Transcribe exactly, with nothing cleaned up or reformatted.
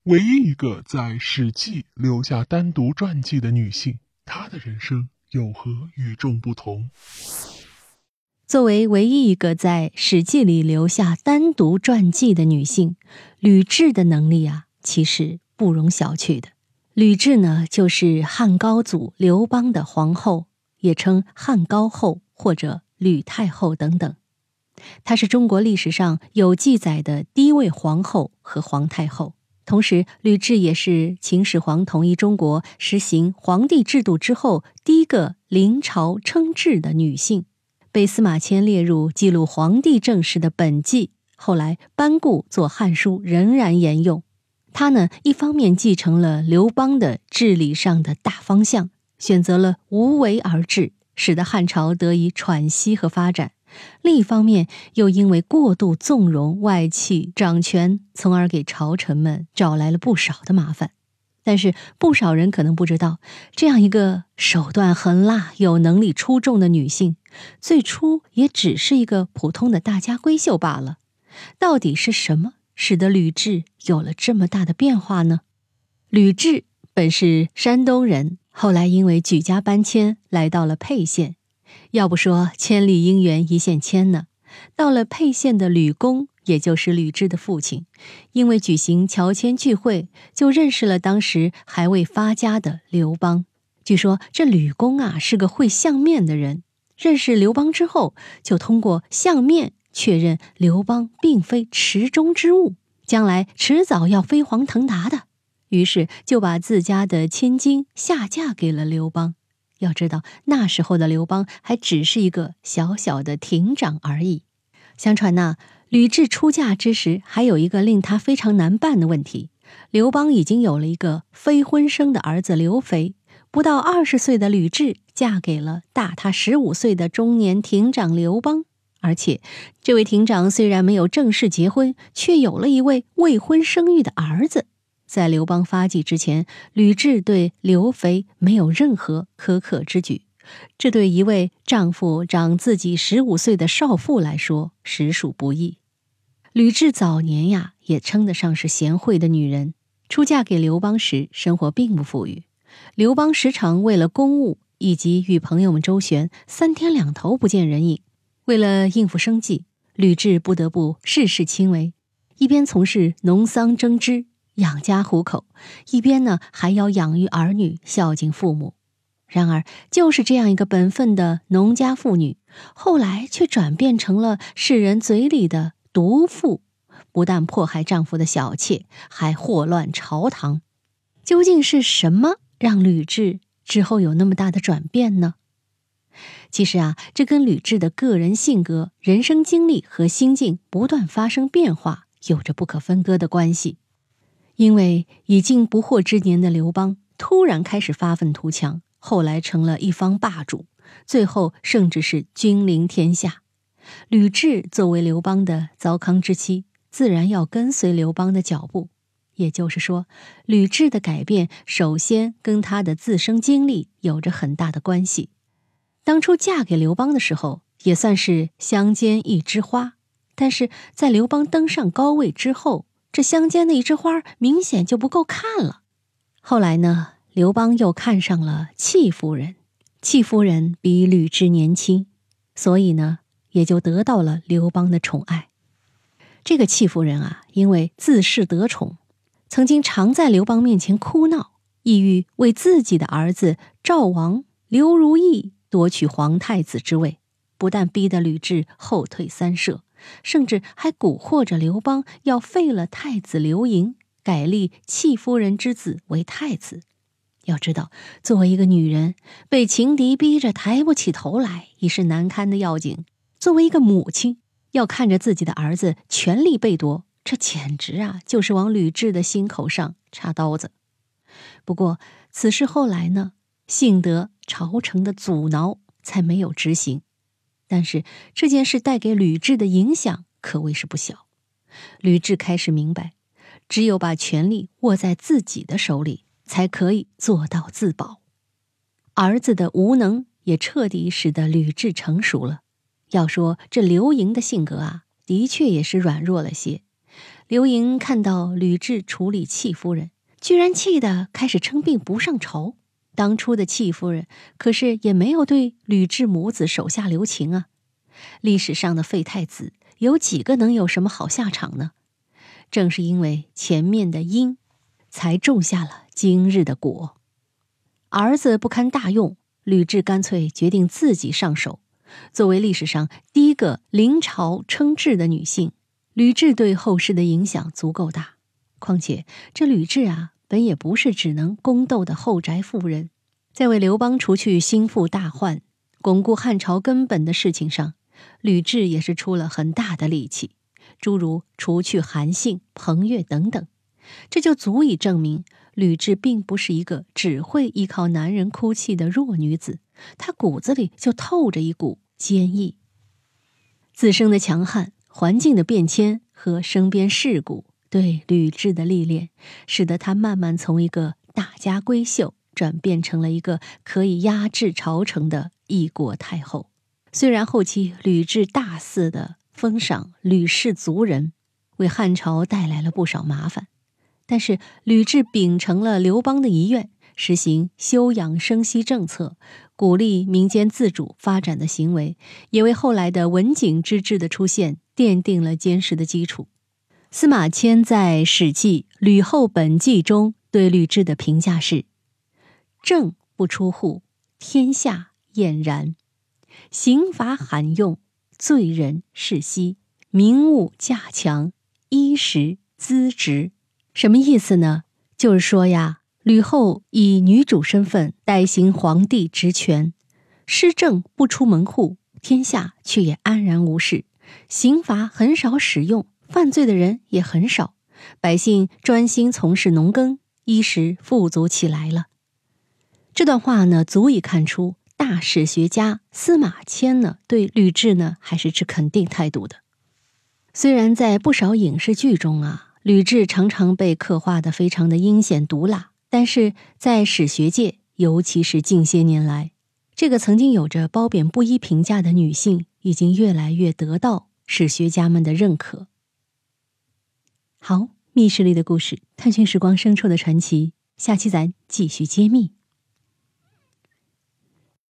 唯一一个在《史记》留下单独传记的女性，她的人生有何与众不同？ 作为唯一一个在《史记》里留下单独传记的女性，吕雉的能力啊，其实不容小觑的。吕雉呢，就是汉高祖刘邦的皇后，也称汉高后或者吕太后等等。她是中国历史上有记载的第一位皇后和皇太后。同时，吕雉也是秦始皇统一中国实行皇帝制度之后第一个临朝称制的女性，被司马迁列入记录皇帝政事的本纪，后来班固做《汉书》仍然沿用。她呢，一方面继承了刘邦的治理上的大方向，选择了无为而治，使得汉朝得以喘息和发展；另一方面，又因为过度纵容外戚掌权，从而给朝臣们找来了不少的麻烦。但是不少人可能不知道，这样一个手段狠辣、有能力出众的女性，最初也只是一个普通的大家闺秀罢了。到底是什么使得吕雉有了这么大的变化呢？吕雉本是山东人，后来因为举家搬迁来到了沛县。要不说千里姻缘一线牵呢，到了沛县的吕公，也就是吕雉的父亲，因为举行乔迁聚会，就认识了当时还未发家的刘邦。据说这吕公啊是个会相面的人，认识刘邦之后，就通过相面确认刘邦并非池中之物，将来迟早要飞黄腾达的，于是就把自家的千金下嫁给了刘邦。要知道那时候的刘邦还只是一个小小的亭长而已。相传呢，吕雉出嫁之时还有一个令她非常难办的问题，刘邦已经有了一个非婚生的儿子刘肥，不到二十岁的吕雉嫁给了大他十五岁的中年亭长刘邦，而且这位亭长虽然没有正式结婚，却有了一位未婚生育的儿子。在刘邦发迹之前，吕雉对刘肥没有任何苛刻之举，这对一位丈夫长自己十五岁的少妇来说实属不易。吕雉早年呀，也称得上是贤惠的女人。出嫁给刘邦时，生活并不富裕，刘邦时常为了公务以及与朋友们周旋，三天两头不见人影。为了应付生计，吕雉不得不事事亲为，一边从事农桑征织养家糊口，一边呢还要养育儿女，孝敬父母。然而就是这样一个本分的农家妇女，后来却转变成了世人嘴里的毒妇，不但迫害丈夫的小妾，还祸乱朝堂。究竟是什么让吕雉之后有那么大的转变呢？其实啊，这跟吕雉的个人性格、人生经历和心境不断发生变化有着不可分割的关系。因为已经不惑之年的刘邦突然开始发愤图强，后来成了一方霸主，最后甚至是君临天下。吕雉作为刘邦的糟糠之妻，自然要跟随刘邦的脚步。也就是说，吕雉的改变首先跟她的自身经历有着很大的关系。当初嫁给刘邦的时候，也算是乡间一枝花，但是在刘邦登上高位之后，这乡间的一枝花明显就不够看了。后来呢，刘邦又看上了戚夫人，戚夫人比吕雉年轻，所以呢，也就得到了刘邦的宠爱。这个戚夫人啊，因为自恃得宠，曾经常在刘邦面前哭闹，意欲为自己的儿子赵王刘如意夺取皇太子之位，不但逼得吕雉后退三舍，甚至还蛊惑着刘邦要废了太子刘盈，改立戚夫人之子为太子。要知道，作为一个女人，被情敌逼着抬不起头来，已是难堪的要紧。作为一个母亲，要看着自己的儿子权力被夺，这简直啊，就是往吕雉的心口上插刀子。不过此事后来呢，幸得朝臣的阻挠，才没有执行。但是这件事带给吕雉的影响可谓是不小。吕雉开始明白，只有把权力握在自己的手里，才可以做到自保。儿子的无能也彻底使得吕雉成熟了。要说这刘盈的性格啊，的确也是软弱了些。 刘盈看到吕雉处理戚夫人，居然气得开始称病不上朝。当初的戚夫人可是也没有对吕雉母子手下留情啊。历史上的废太子有几个能有什么好下场呢？正是因为前面的因，才种下了今日的果。儿子不堪大用，吕雉干脆决定自己上手。作为历史上第一个临朝称制的女性，吕雉对后世的影响足够大。况且这吕雉啊，本也不是只能宫斗的后宅妇人，在为刘邦除去心腹大患、巩固汉朝根本的事情上，吕雉也是出了很大的力气，诸如除去韩信、彭越等等。这就足以证明吕雉并不是一个只会依靠男人哭泣的弱女子，她骨子里就透着一股坚毅。自身的强悍、环境的变迁和身边事故对吕雉的历练，使得她慢慢从一个大家闺秀转变成了一个可以压制朝臣的一国太后。虽然后期吕雉大肆的封赏吕氏族人，为汉朝带来了不少麻烦，但是吕雉秉承了刘邦的遗愿，实行休养生息政策，鼓励民间自主发展的行为，也为后来的文景之治的出现奠定了坚实的基础。司马迁在《史记·吕后本纪》中对吕雉的评价是：政不出户，天下俨然；刑罚罕用，罪人世稀；民物价强，衣食资直。什么意思呢？就是说呀，吕后以女主身份代行皇帝职权，施政不出门户，天下却也安然无事，刑罚很少使用，犯罪的人也很少，百姓专心从事农耕，衣食富足起来了。这段话呢，足以看出大史学家司马迁呢对吕雉呢还是持肯定态度的。虽然在不少影视剧中啊，吕雉常常被刻画得非常的阴险毒辣，但是在史学界，尤其是近些年来，这个曾经有着褒贬不一评价的女性，已经越来越得到史学家们的认可。好，密室里的故事，探寻时光深处的传奇，下期咱继续揭秘。